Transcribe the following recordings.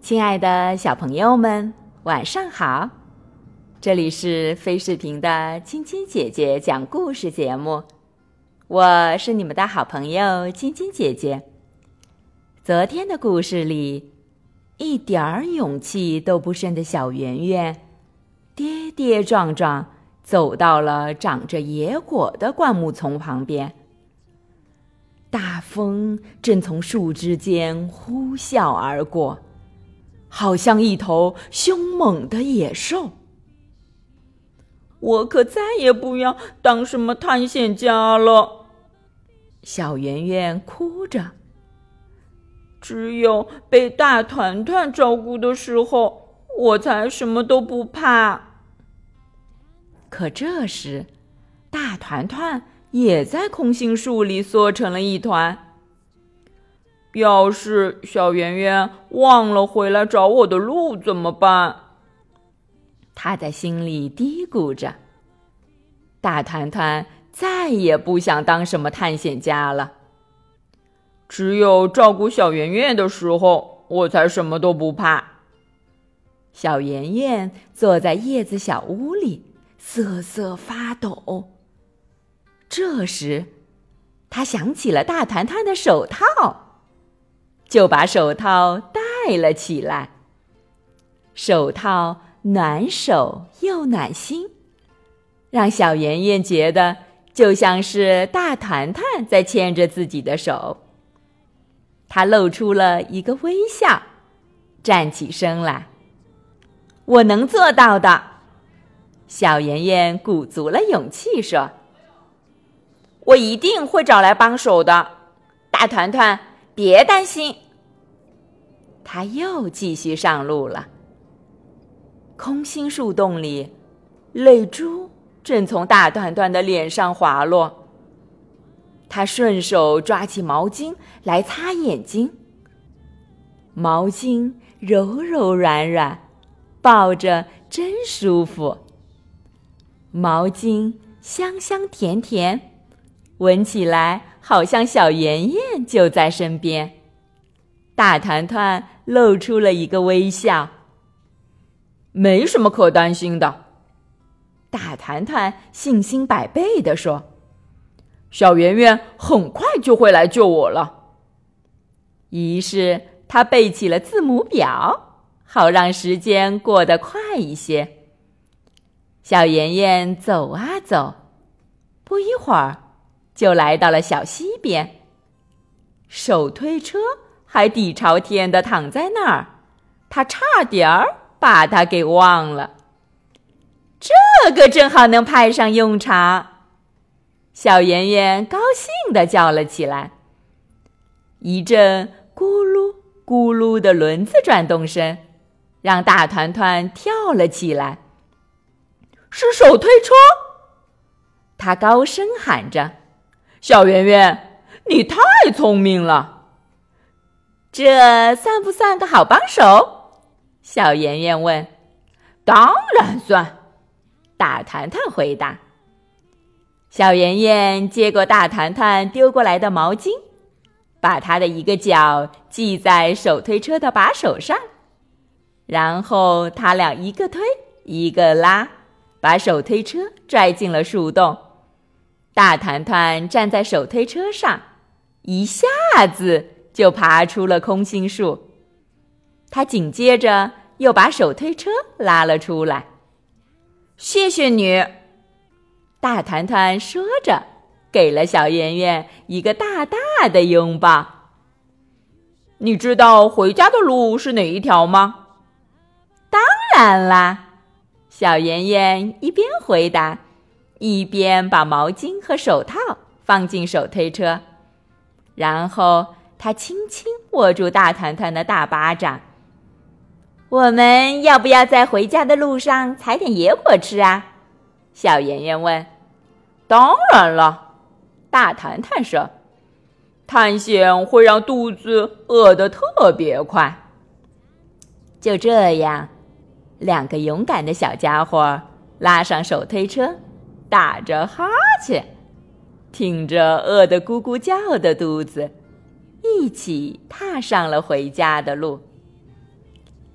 亲爱的小朋友们，晚上好！这里是飞视频的晶晶姐姐讲故事节目，我是你们的好朋友晶晶姐姐。昨天的故事里，一点儿勇气都不生的小圆圆，跌跌撞撞走到了长着野果的灌木丛旁边。大风正从树枝间呼啸而过，好像一头凶猛的野兽。 我可再也不要当什么探险家了， 小圆圆哭着。 只有被大团团照顾的时候，我才什么都不怕。 可这时，大团团也在空心树里缩成了一团。 要是小圆圆忘了回来找我的路怎么办？ 他在心里嘀咕着。大团团再也不想当什么探险家了。 只有照顾小圆圆的时候，我才什么都不怕。 小圆圆坐在叶子小屋里，瑟瑟发抖。这时，他想起了大团团的手套，就把手套戴了起来。手套暖手又暖心，让小圆圆觉得就像是大团团在牵着自己的手。他露出了一个微笑，站起身来。我能做到的，小圆圆鼓足了勇气说。 我一定会找来帮手的，大团团，别担心。 他又继续上路了。空心树洞里，泪珠正从大团团的脸上滑落。他顺手抓起毛巾来擦眼睛。毛巾柔柔软软，抱着真舒服。毛巾香香甜甜，闻起来好像小圆圆就在身边。大团团露出了一个微笑。 没什么可担心的， 大团团信心百倍地说。 小圆圆很快就会来救我了。 于是他背起了字母表，好让时间过得快一些。小圆圆走啊走，不一会儿就来到了小溪边。手推车还底朝天地躺在那儿，他差点儿把它给忘了。这个正好能派上用场。小圆圆高兴地叫了起来。一阵咕噜咕噜的轮子转动声，让大团团跳了起来。 是手推车！ 他高声喊着。 小圆圆，你太聪明了。 这算不算个好帮手？小圆圆问。 当然算， 大团团回答。小圆圆接过大团团丢过来的毛巾，把他的一个脚系在手推车的把手上，然后他俩一个推一个拉，把手推车拽进了树洞。大团团站在手推车上，一下子就爬出了空心树。他紧接着又把手推车拉了出来。 谢谢你， 大团团说着，给了小圆圆一个大大的拥抱。 你知道回家的路是哪一条吗？ 当然啦，小圆圆一边回答，一边把毛巾和手套放进手推车。然后他轻轻握住大团团的大巴掌。我们要不要在回家的路上采点野果吃啊？小圆圆问。 当然了， 大团团说。 探险会让肚子饿得特别快。 就这样，两个勇敢的小家伙拉上手推车，打着哈欠，挺着饿得咕咕叫的肚子，一起踏上了回家的路。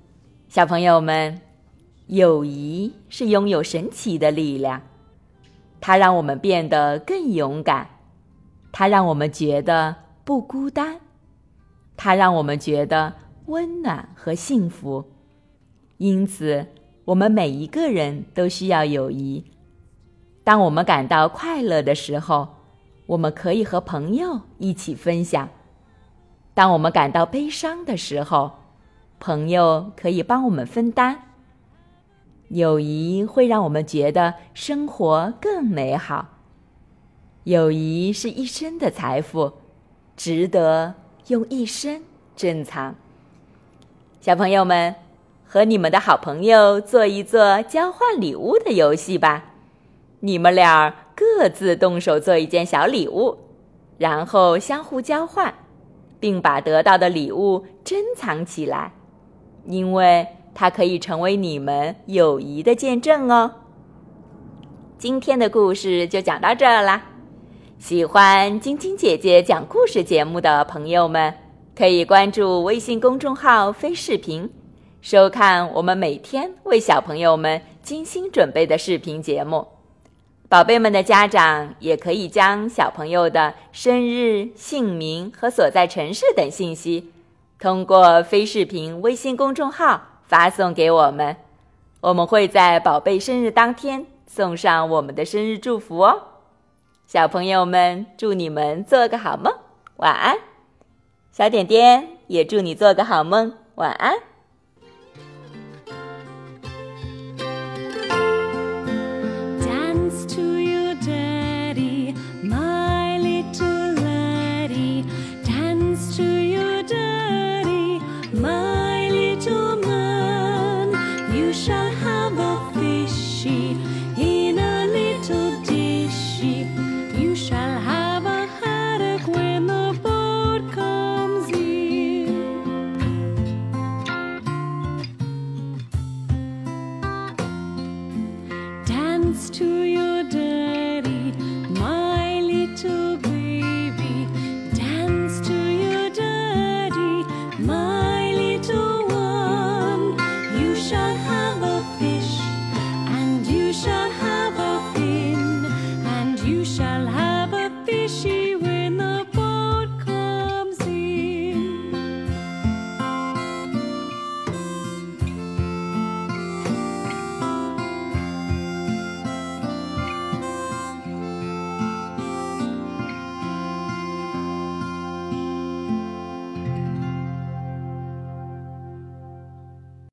小朋友们，友谊是拥有神奇的力量，它让我们变得更勇敢，它让我们觉得不孤单，它让我们觉得温暖和幸福。因此，我们每一个人都需要友谊。当我们感到快乐的时候，我们可以和朋友一起分享；当我们感到悲伤的时候，朋友可以帮我们分担。友谊会让我们觉得生活更美好。友谊是一生的财富，值得用一生珍藏。小朋友们，和你们的好朋友做一做交换礼物的游戏吧。你们俩各自动手做一件小礼物，然后相互交换，并把得到的礼物珍藏起来，因为它可以成为你们友谊的见证哦。今天的故事就讲到这儿啦。喜欢晶晶姐姐讲故事节目的朋友们，可以关注微信公众号飞视频，收看我们每天为小朋友们精心准备的视频节目。宝贝们的家长也可以将小朋友的生日、姓名和所在城市等信息通过飞视频微信公众号发送给我们，我们会在宝贝生日当天送上我们的生日祝福哦。小朋友们，祝你们做个好梦，晚安。小点点也祝你做个好梦，晚安。 To